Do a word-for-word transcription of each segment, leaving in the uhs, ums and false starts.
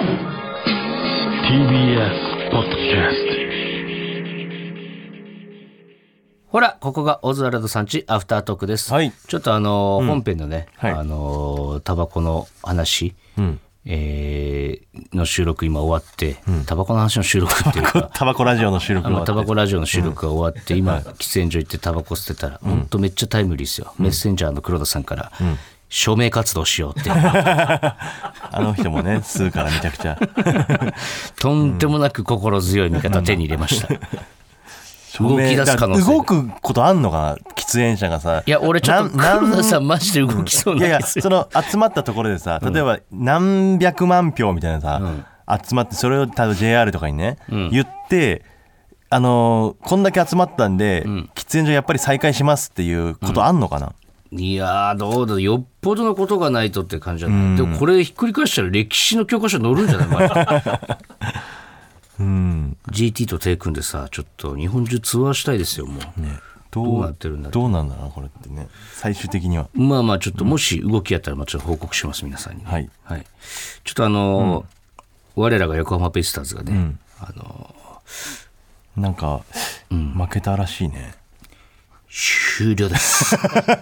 ービーエス ポッドキャスト。 ほら、ここがオズワルドさんちアフタートークです、 はい、 ちょっとあのーうん、本編のね、 はい、 あのー、タバコの話、うんえー、の収録今終わって、うん、タバコの話の収録っていうかタバコラジオの収録が終わってタバコラジオの収録が終わって、うん、今喫煙所行ってタバコ捨てたら、うん、ほんとめっちゃタイムリーですよ、うん、メッセンジャーの黒田さんから、うん、署名活動しようってあの人もね吸うからめちゃくちゃとんでもなく心強い味方手に入れました、うん動き出す可能性動くことあんのかな喫煙者がさ。 いや俺ちょっと黒田さんマジで動きそうなんですよ、 いやいやその集まったところでさ例えば何百万票みたいなさ、うん、集まってそれを多分 ジェイアール とかにね、うん、言ってあのー、こんだけ集まったんで、うん、喫煙所やっぱり再開しますっていうことあんのかな、 うん、いやどうだよっぽどのことがないとって感じじゃない、うん、でもこれひっくり返したら歴史の教科書載るんじゃないマジうん、ジーティー と手組んでさちょっと日本中ツアーしたいですよもう、ね、どう、どうなってるんだどうなんだろうこれってね最終的にはまあまあちょっともし動きやったらまあちょっと報告します皆さんに、ね、 はい、 はい、ちょっとあのーうん、我らが横浜ベイスターズがね、うん、あのー、なんか、うん、負けたらしいね終了です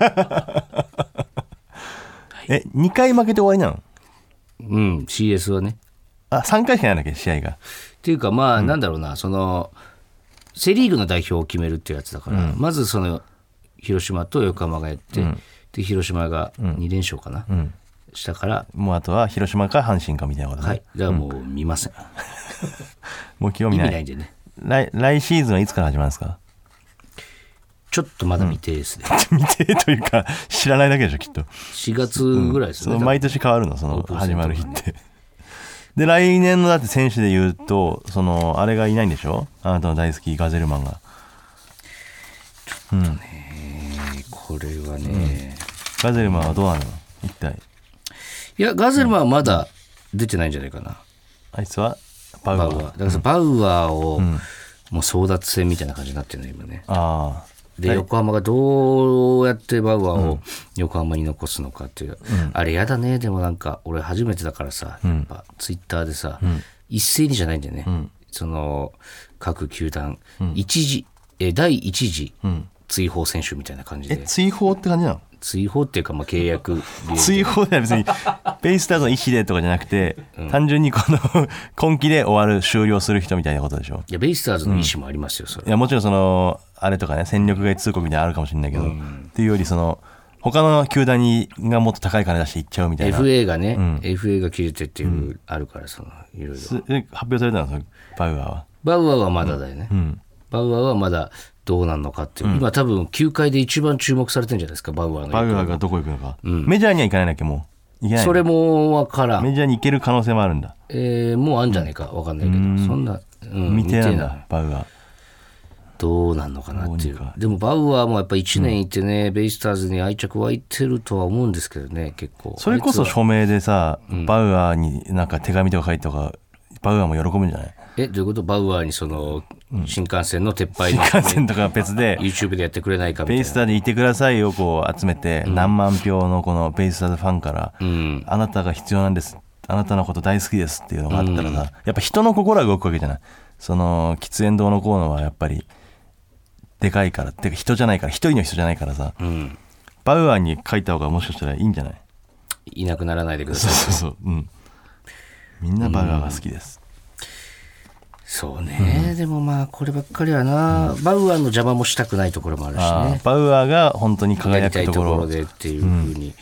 えにかい負けて終わりなの？ うん シーエス はねあさんかいしかないんだっけ試合がっていうかまあ、うん、なんだろうなそのセリーグの代表を決めるっていうやつだから、うん、まずその広島と横浜がやって、うん、で広島がに連勝かな、うん、したからもうあとは広島か阪神かみたいなことねはいだからもう見ません、うん、 もう興味ない意味ないんでね来, 来シーズンはいつから始まるんですか？ ちょっとまだ未定ですね、 うん、未定というか知らないだけでしょきっとしがつぐらいですね、 うん、毎年変わるのその始まる日ってで来年のだって選手で言うとそのあれがいないんでしょあなたの大好きガゼルマンがちょっとね、うん、これはね、 うん、ガゼルマンはどうなの一体いやガゼルマンはまだ出てないんじゃないかな、うん、 あいつはバウアーバウアーだからさ、うん、バウアーを、うん、もう争奪戦みたいな感じになってるの今ねあで、はい、横浜がどうやってバウアーを横浜に残すのかっていう、うん、あれやだねでもなんか俺初めてだからさ、うん、やっぱツイッターでさ、うん、一斉にじゃないんだよね、うん、その各球団、うん、一時え第一次追放選手みたいな感じで、 え追放って感じなの？ 追放っていうかまあ契約追放では別にベイスターズの意思でとかじゃなくて、うん、単純にこの今季で終わる終了する人みたいなことでしょ？ いやベイスターズの意思もありますよ、うん、それいやもちろんそのあれとかね戦力外通告みたいなのあるかもしれないけど、うん、っていうよりその他の球団にがもっと高い金出していっちゃうみたいなエフエー がね、うん、エフエー が切れてっていう、うん、あるからそのいろいろ発表されたのバウアーはバウアーはまだだよね、うん、バウアーはまだどうなんのかっていう、うん、今多分球界で一番注目されてるんじゃないですかバウアーのバウアーがどこ行くのか、うん、メジャーには行かないんだっけもう行けないそれも分からんメジャーに行ける可能性もあるんだえー、もうあるんじゃないか分かんないけど、うん、そんな、 うん、見てなんだバウアーどうなんのかなっていうでもバウアーもやっぱいちねんいてね、うん、ベイスターズに愛着湧いてるとは思うんですけどね結構それこそ署名でさ、うん、バウアーになんか手紙とか書いてとかバウアーも喜ぶんじゃないえどういうことバウアーにその新幹線の撤廃の、うん、新幹線とか別で YouTube でやってくれないかみたいなベイスターでいてくださいをこう集めて、うん、何万票のこのベイスターズファンから、うん、あなたが必要なんですあなたのこと大好きですっていうのがあったらさ、うん、やっぱ人の心が動くわけじゃないその喫煙堂のコーナーはやっぱりでかいからてか人じゃないから一人の人じゃないからさ、うん、バウアーに書いた方がもしかしたらいいんじゃないいなくならないでくださいそうそうそう、うん、みんなバウアーが好きです、 うん、そうね、うん、でもまあこればっかりはな、うん、バウアーの邪魔もしたくないところもあるしねバウアーが本当に輝くところやりたいところでっていう風に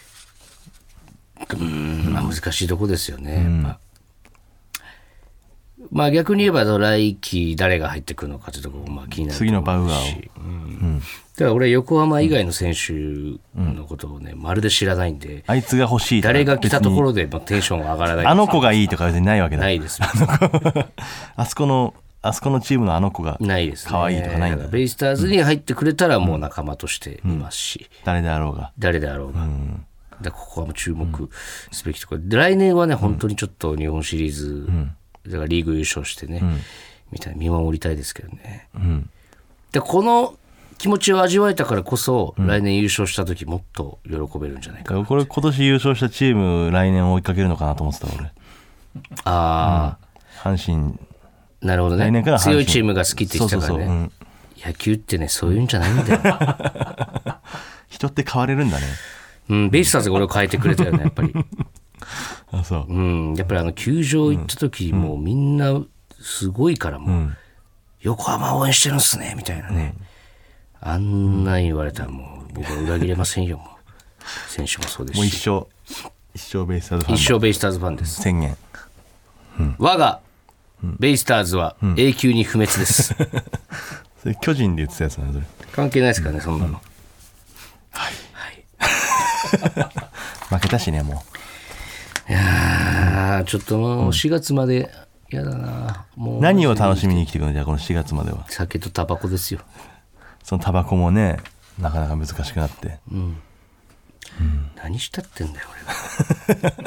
うん、うんまあ、難しいとこですよね、うんまあまあ、逆に言えば来季誰が入ってくるのかというところもまあ気になるところ次のバウアーを、 うんうん、だから俺横浜以外の選手のことをね、うん、まるで知らないんであいつが欲しい誰が来たところでテンションが上がらないあの子がいいとか別にないわけだないですあそこのあそこのチームのあの子が可愛いとかないんだ、 ね、ベイスターズに入ってくれたらもう仲間としていますし、 うん、誰であろうが誰であろうが、うん、だここはもう注目すべきところで来年はね本当にちょっと日本シリーズ、うんだからリーグ優勝してね、うん、みたいな見守りたいですけどね、うん、でこの気持ちを味わえたからこそ、うん、来年優勝した時もっと喜べるんじゃないかな。 これ今年優勝したチーム来年追いかけるのかなと思ってた俺。 あああ、うん、阪神なるほどね。 来年から阪神強いチームが好きって言ってたからね。そうそうそう、うん、野球ってねそういうんじゃないんだよ。 人って変われるんだね。 うん、ベイスターズが俺を変えてくれたよねやっぱり。 あ、そう。 うん、やっぱりあの球場行った時、うん、もうみんなすごいからもう、うん、横浜応援してるんすねみたいなね、うん、あんな言われたらもう僕は裏切れませんよ。もう選手もそうですし。 もう一生一生ベイスターズファン。 一生ベイスターズファンです。 宣言。 うん、我がベイスターズは永久に不滅です。うん、 それ巨人で言ってたやつなんだそれ。 関係ないですからねそんなの。うん、 はい。はい、負けたしねもう。いやちょっともうしがつまでやだな。もう何を楽しみに生きていくのじゃあこのしがつまでは。 酒とタバコですよ。 そのタバコもねなかなか難しくなって。 うん。うん、何したってんだよ俺は。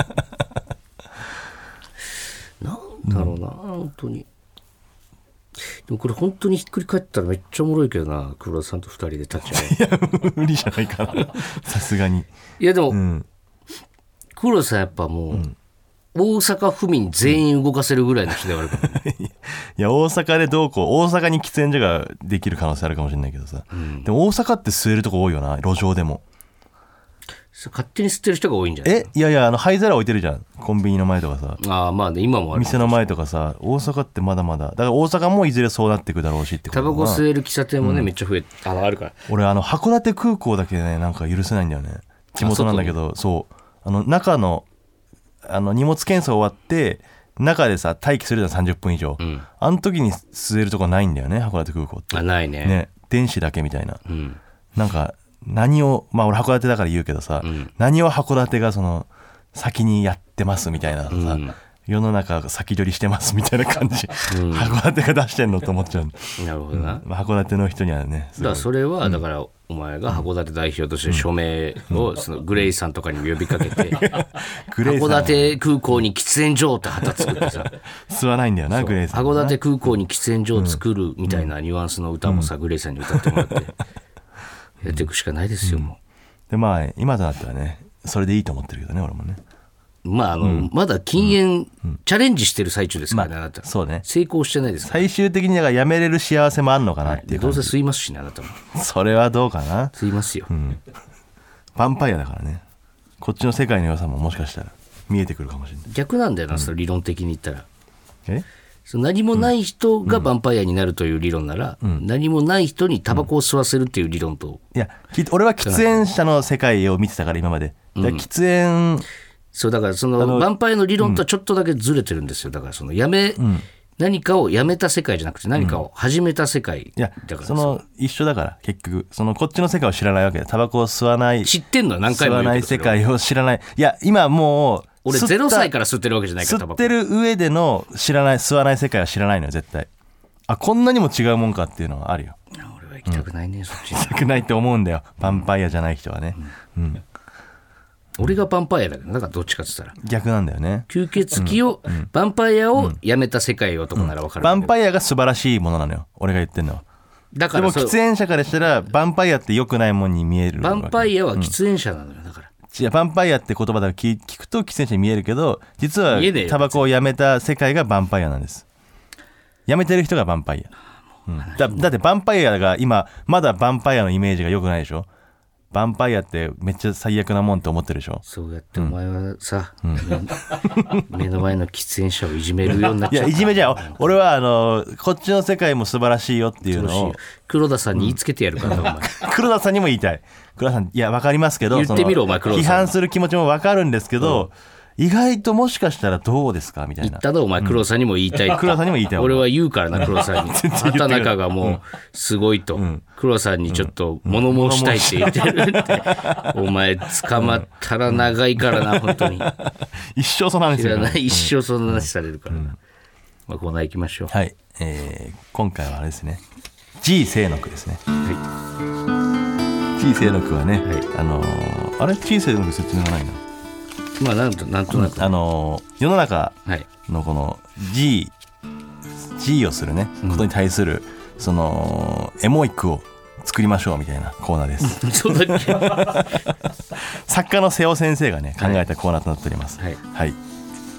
なんだろうな、うん、本当に。でもこれ本当にひっくり返ったらめっちゃおもろいけどな、黒田さんとふたりで立ち会う。いや無理じゃないかなさすがに。 いやでも、うん、黒田さんやっぱもう、うん、大阪府民全員動かせるぐらいの人ではあるから、ね、 いや大阪でどうこう大阪に喫煙所ができる可能性あるかもしれないけどさ、うん、でも大阪って吸えるとこ多いよな路上でも。 勝手に吸ってる人が多いんじゃない？ えいやいやあの灰皿置いてるじゃんコンビニの前とかさ。 ああまあね今もある店の前とかさ。大阪ってまだまだだから大阪もいずれそうなっていくだろうしってことだな。 タバコ吸える喫茶店もね、うん、めっちゃ増えあのあるから。 俺あの函館空港だけねなんか許せないんだよね。地元なんだけどそうあの中のあの荷物検査終わって中でさ待機するじゃんさんじゅっぷん以上、うん、あの時に吸えるとこないんだよね函館空港って。 あないね。 ね電子だけみたいな、 うん、 なんか何をまあ俺函館だから言うけどさ、うん、何を函館がその先にやってますみたいなさ、うん、世の中先取りしてますみたいな感じ、うん、函館が出してんのと思っちゃう。 なるほどな、 うんまあ、函館の人にはねだからそれはだから、お前が函館代表として署名をそのグレイさんとかに呼びかけて、うん、函館空港に喫煙所って旗作ってさ吸わないんだよなグレイさん。 函館空港に喫煙所を作るみたいなニュアンスの歌もさ、うん、グレイさんに歌ってもらってやっていくしかないですよ、うん、もう。でまあ今となってはねそれでいいと思ってるけどね俺もね。 まああの、うん、まだ禁煙、うん、チャレンジしてる最中ですからね、まあ、あなたそうね成功してないですから。 最終的にだからやめれる幸せもあるのかなっていう、はい、 どうせ吸いますしねあなたも。 それはどうかな。 吸いますよ、うん、 ヴァンパイアだからねこっちの世界の良さももしかしたら見えてくるかもしれない。 逆なんだよな、うん、それ理論的に言ったら。 えその何もない人がヴァンパイアになるという理論なら、うん、何もない人にタバコを吸わせるっていう理論と、うん、 いや俺は喫煙者の世界を見てたから今まで。だから喫煙、 うんそうだからそのヴァンパイアの理論とはちょっとだけずれてるんですよ。だからそのやめ、うん、何かをやめた世界じゃなくて何かを始めた世界だから、 うん、いやその一緒だから結局そのこっちの世界を知らないわけでタバコを吸わない知ってんの何回も言うけど吸わない世界を知らない。いや今もう俺ゼロさいから吸ってるわけじゃないからタバコ吸ってる上での知らない吸わない世界は知らないのよ絶対。あこんなにも違うもんかっていうのはあるよ。 俺は行きたくないね、うん、そっちに行きたくないって思うんだよヴァンパイアじゃない人はね、うん、うん俺がヴァンパイアだけどだからどっちかって言ったら逆なんだよね。 吸血鬼を、うんうん、ヴァンパイアをやめた世界男なら分かる、 うん、ヴァンパイアが素晴らしいものなのよ俺が言ってんのは。だからでも喫煙者からしたらヴァンパイアって良くないもんに見える。 ヴァンパイアは喫煙者なのよ、うん、だから違うヴァンパイアって言葉だけ聞くと喫煙者に見えるけど実はタバコをやめた世界がヴァンパイアなんです。やめてる人がヴァンパイア、うん、だ, だってヴァンパイアが今まだヴァンパイアのイメージが良くないでしょ。ヴァンパイアってめっちゃ最悪なもんって思ってるでしょ。 そうやってお前はさ、うん、目の前の喫煙者をいじめるようになっちゃった。 いやいじめじゃん俺はあのこっちの世界も素晴らしいよっていうのを黒田さんに言いつけてやるから、うん、お前黒田さんにも言いたい。黒田さんいや分かりますけど言ってみろお前黒田さん。 批判する気持ちも分かるんですけど、うん意外ともしかしたらどうですかみたいな。 言っただお前黒田さんにも言いたい、うん、 黒田さんにも言いたい。 俺は言うからな黒田さんに畑中がもうすごいと、うん、黒田さんにちょっと物申したいって言ってるって、うん、お前捕まったら長いからな本当に一生その話する、 一生その話されるからな、うんまあ、コーナー行きましょう。 はい、えー、今回はあれですね G 清の句ですね。はい G 清の句はね、はい、あのー、あれ G 清の句説明がないな。 まあなんとなんとなく、 うん、あの世の中のこの G、G をするねことに対するそのエモい句を作りましょうみたいなコーナーです。 そうだっけ作家の瀬尾先生がね考えたコーナーとなっております。はい、はい、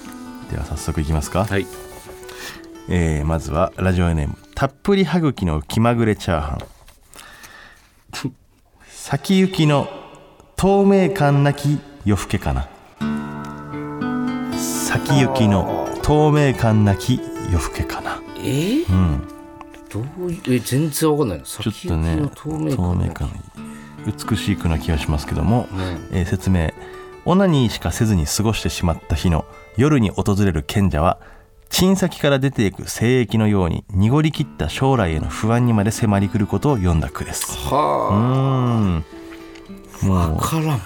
では早速いきますか。 はい、 えー、まずはラジオネームたっぷりはぐきの気まぐれチャーハン先行きの透明感なき夜更けかな。先行きの透明感なき夜更けかな。 えー、うん、どういうえ全然わかんないな。 ちょっとね透明感美しい句な気がしますけども、うんえー、説明。オナニーしかせずに過ごしてしまった日の夜に訪れる賢者はチン先から出ていく精液のように濁りきった将来への不安にまで迫り来ることを読んだ句です。 はあ、うん、もう分からん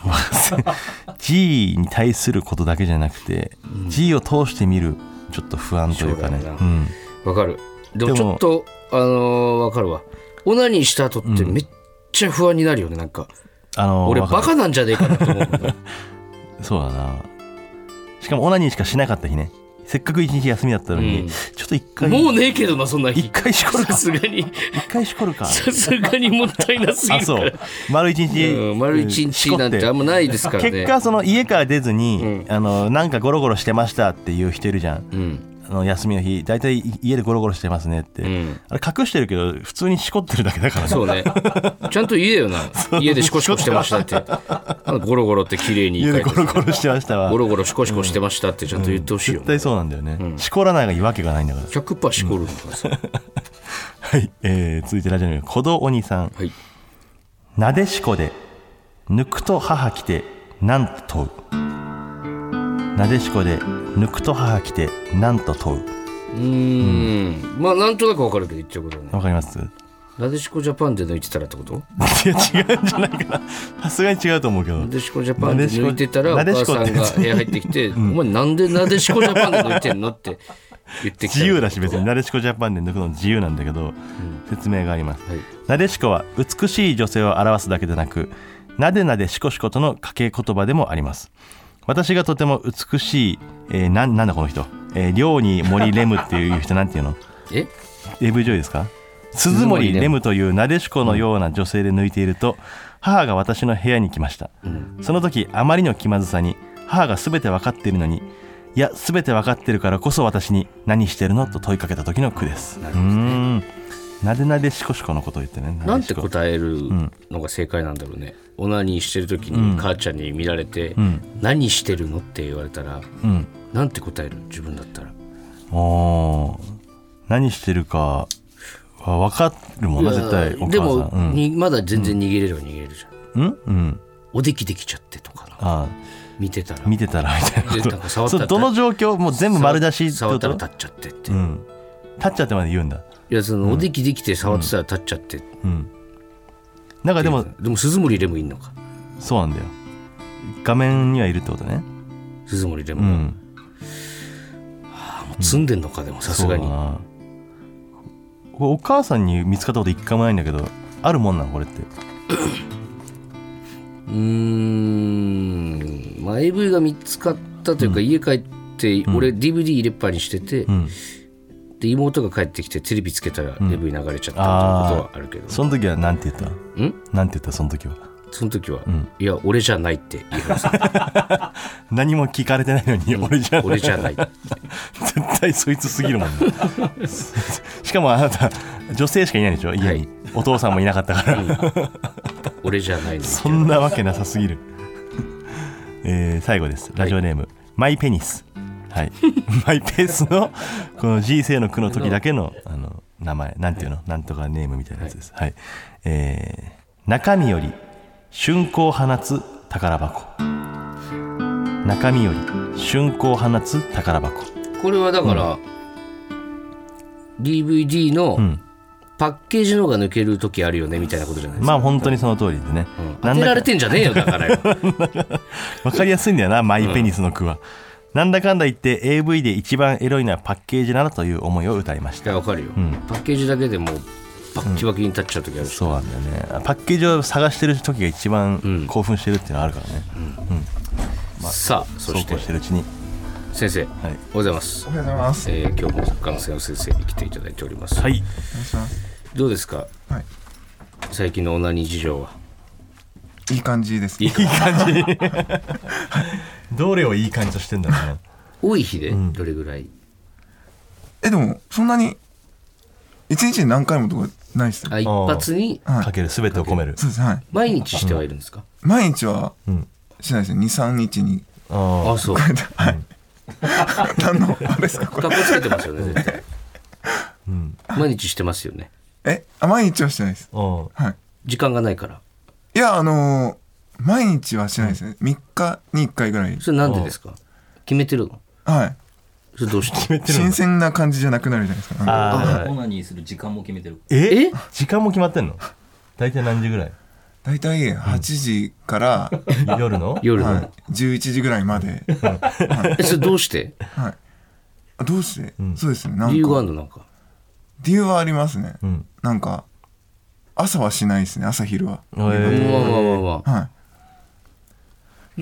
G に対することだけじゃなくて、うん、G を通して見るちょっと不安というかね。 うん、分かる。でもちょっとあのー、分かるわ。オナニーした後ってめっちゃ不安になるよね。なんか、あのー、俺バカなんじゃねえかなと思うそうだな。しかもオナニーしかしなかった日ね。せっかく一日休みだったのに、うん、ちょっと一回もうねえけどな、そんな日一回しこるか。 さすがに一回しこるか。 さすがにもったいなすぎるから。あ、そう丸一日、 うん、丸一日なんてあんまないですからね。 結果その家から出ずに、うん、あのなんかゴロゴロしてましたっていう人いるじゃん、うん、あの休みの日だいたい家でゴロゴロしてますねって、うん、あれ隠してるけど普通にしこってるだけだからね。 そうねちゃんと言えよな家でシコシコしてましたってあのゴロゴロって綺麗に家でゴロゴロしてましたわゴロゴロシコシコしてましたってちゃんと言ってほしいよ、 うん、絶対そうなんだよね、うん、しこらないがわけがないんだからひゃくパーセント しこるのかさ、うん、 はい、えー、続いてラジオネーム小戸鬼さん、はい、なでしこで抜くと母来てなんと問う。なでしこで抜くと母来てなんと問う。 うーん、うん、まあなんとなく分かるけど言っちゃうことね。 分かります。 なでしこジャパンで抜いてたらってこと？ いや違うんじゃないかな。さすがに違うと思うけど。 なでしこジャパンで抜いてたらお母さんが部屋入ってきて、うん、お前なんでなでしこジャパンで抜いてんのって言ってきた。 自由だし別になでしこジャパンで抜くの自由なんだけど、うん、説明があります、はい、なでしこは美しい女性を表すだけでなくなでなでしこしことの掛け言葉でもあります。私がとても美しい、えー、な, なんだこの人、えー、両に森レムっていう人なんていうのえエーブイ 女優ですか。鈴森レムというなでしこのような女性で抜いていると、うん、母が私の部屋に来ました、うん、その時あまりの気まずさに母が全て分かっているのにいや全て分かっているからこそ私に何してるのと問いかけた時の句です。なるほどね。うーんなでなでしこしこのことを言ってね。 なんて答えるのが正解なんだろうね、うん、オナニーしてる時に母ちゃんに見られて、うん、何してるのって言われたら、うん、なんて答える自分だったら。 あ何してるか分かるもんな絶対お母さん。 でも、うん、にまだ全然逃げれるは逃げれるじゃん、うんうん、おできできちゃってとかなあ見てたら見てたらみたいなこと。 なんか触ったらどの状況もう全部丸出しってこと。 触ったら立っちゃってって、うん、 立っちゃってまで言うんだ。 いやそのおできできて触ってたら立っちゃって、うんうん、 なんかでもでも鈴森レムいんのか。 そうなんだよ。画面にはいるってことね鈴森レムが、うんはあ、もう積んでんのか、うん、でもさすがに。 お母さんに見つかったこと一回もないんだけどあるもんなのこれって。 うーんまあ エーブイ が見つかったというか、うん、家帰って俺 ディーブイディー 入れっぱにしてて、うんで妹が帰ってきてテレビつけたら エーブイ 流れちゃったみたいなことはあるけど、うん、 その時はなんて言った？ん？なんて言ったその時は？ その時は、うん、いや俺じゃないって言いました何も聞かれてないのに、うん、俺じゃない俺じゃない絶対そいつすぎるもんねしかもあなた女性しかいないでしょ家に、はい、お父さんもいなかったから、うん、 俺じゃないのそんなわけなさすぎる、えー、最後ですラジオネーム、はい、マイペニスはい、マイペースのこの G 世の句の時だけ の, あの名前なんていうの、はい、なんとかネームみたいなやつです、はいはいえー、中身より春光を放つ宝箱。中身より春光を放つ宝箱。 これはだから、うん、ディーブイディー のパッケージのが抜ける時あるよねみたいなことじゃないですか。 まあ本当にその通りでね、 うん、当てられてんじゃねえよだからよ分かりやすいんだよなマイペニスの句は、うんなんだかんだ言って エーブイ で一番エロいのはパッケージなのという思いを歌いました。 いや分かるよ、うん、パッケージだけでもバッキバキに立っちゃう時あるし、うん、 そうなんだよね。パッケージを探してる時が一番興奮してるっていうのはあるからね、うんうんまあ、さあそしてしてるうちに先生、はい、おはようございます。 おはようございます、 えー、今日も作家の瀬尾先生に来ていただいております。 はい、お願いします。 どうですか、はい、最近のオナニー事情は。 いい感じです。 いい感じどれをいい感じとしてんだろうな多い日でどれぐらい、うん、 えでもそんなに一日に何回もとかないですよ。 あ一発にかける全てを込める。 そうです、はい、 毎日してはいるんですか？ 毎日はしないですね。 にさんにちに。 ああそうはい何のあれですかこれ。 かっこつけてますよね絶対、うん、毎日してますよね。 えあ毎日はしてないです、はい、 時間がないから。いやあのー、毎日はしないですね、うん、みっかにいっかいぐらい。 それなんでですか？決めてるの？ はい。 それどうして決めてるの？新鮮な感じじゃなくなるじゃないですか。 ああオナニーする時間も決めてる。 ええ時間も決まってんの？大体何時ぐらい？ 大体はちじから、 うん、夜の夜の、 はい、じゅういちじぐらいまで、はい、それどうして、 はい、どうして、うん、そうですね。なんか理由があるの？なんか理由はありますね、うん、なんか朝はしないですね。朝昼は。 えー、まあまあまあまあ、 はい、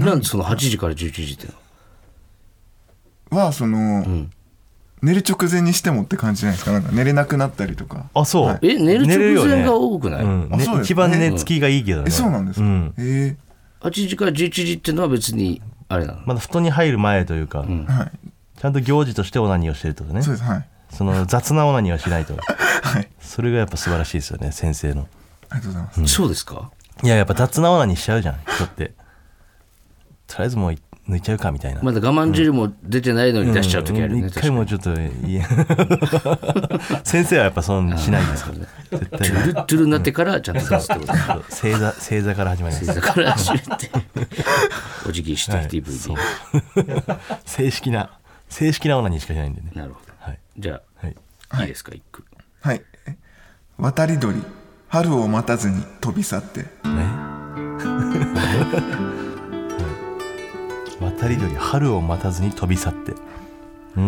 なんでそのはちじからじゅういちじってのはその、うん寝る直前にしてもって感じじゃないですか。なんか寝れなくなったりとか。 あそう、はい、 え寝る直前が多くない？ ねうんね、一番寝つきがいいけどね。 えそうなんですか、うん、えー、 はちじからじゅういちじっていうのは別にあれなの？ まだ布団に入る前というか、うんはい、ちゃんと行事としてオナニーをしてるってことね。 そうです、はい、 その雑なオナニーはしないと、 はい、 それがやっぱ素晴らしいですよね先生の。 ありがとうございます、 うん、そうですか？ いややっぱ雑なオナニーしちゃうじゃん人って。とりあえずもう抜いちゃうかみたいな。 まだ我慢汁も出てないのに出しちゃう時あるね、うんうん、 一回もちょっといや先生はやっぱそうしないですからね。絶対トゥルトゥルになってからちゃんと出すってこと、 うん、正座正座から始まります。 正座から始めてお辞儀して ディーブイディー、 はい、正式な正式なオナニーしかしないんでね。 なるほど、 はい、 じゃあ、はい、いいですか一句。 はい。渡り鳥春を待たずに飛び去って渡り鳥春を待たずに飛び去って、うん、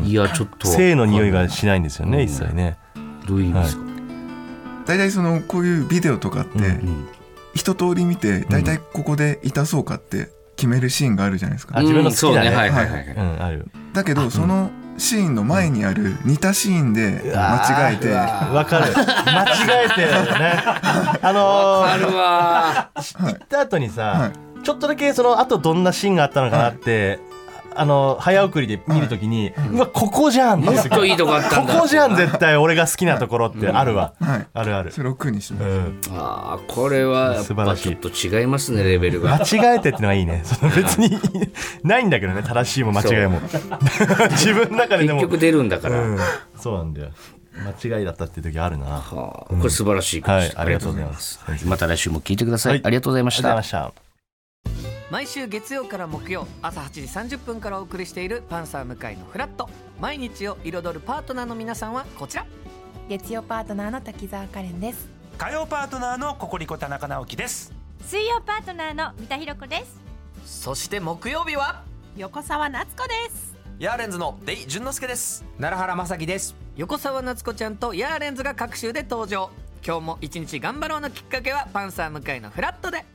いやちょっと性の匂いがしないんですよね、うん、一切ね。 どういう意味ですか？ 大体そのこういうビデオとかって、うんうん、一通り見て大体ここで痛そうかって決めるシーンがあるじゃないですか、 うん、自分の好きなね、 はいはいはい、 うん、ある。 だけどそのシーンの前にある似たシーンで間違えて、 わかる間違えてねあのー、 わかるわ行った後にさ、はい、ちょっとだけその後どんなシーンがあったのかなって、はい、あの早送りで見るときに、はい、うわここじゃん、 もっといいとこあったんだ、 ここじゃん絶対俺が好きなところってあるわ、 はい、 あるある。 それを苦にします、うん、 あこれはやっぱちょっと違いますねレベルが。 間違えてってのがいいね。その別にないんだけどね正しいも間違いも自分の中ででも結局出るんだから、 うん、そうなんだよ。間違いだったっていう時あるな、 はあ、これ素晴らしいことです、 はい、ありがとうございます。 また来週も聞いてください、はい、ありがとうございました。 ありがとうございました。 毎週月曜から木曜朝はちじさんじゅっぷんからお送りしているパンサー向井のフラット。毎日を彩るパートナーの皆さんはこちら。 月曜パートナーの滝沢カレンです。 火曜パートナーのココリコ田中直樹です。 水曜パートナーの三田寛子です。 そして木曜日は横澤夏子です。 ヤーレンズのデイ淳之介です。 奈良原雅樹です。 横澤夏子ちゃんとヤーレンズが各週で登場。今日も一日頑張ろうのきっかけはパンサー向井のフラットで。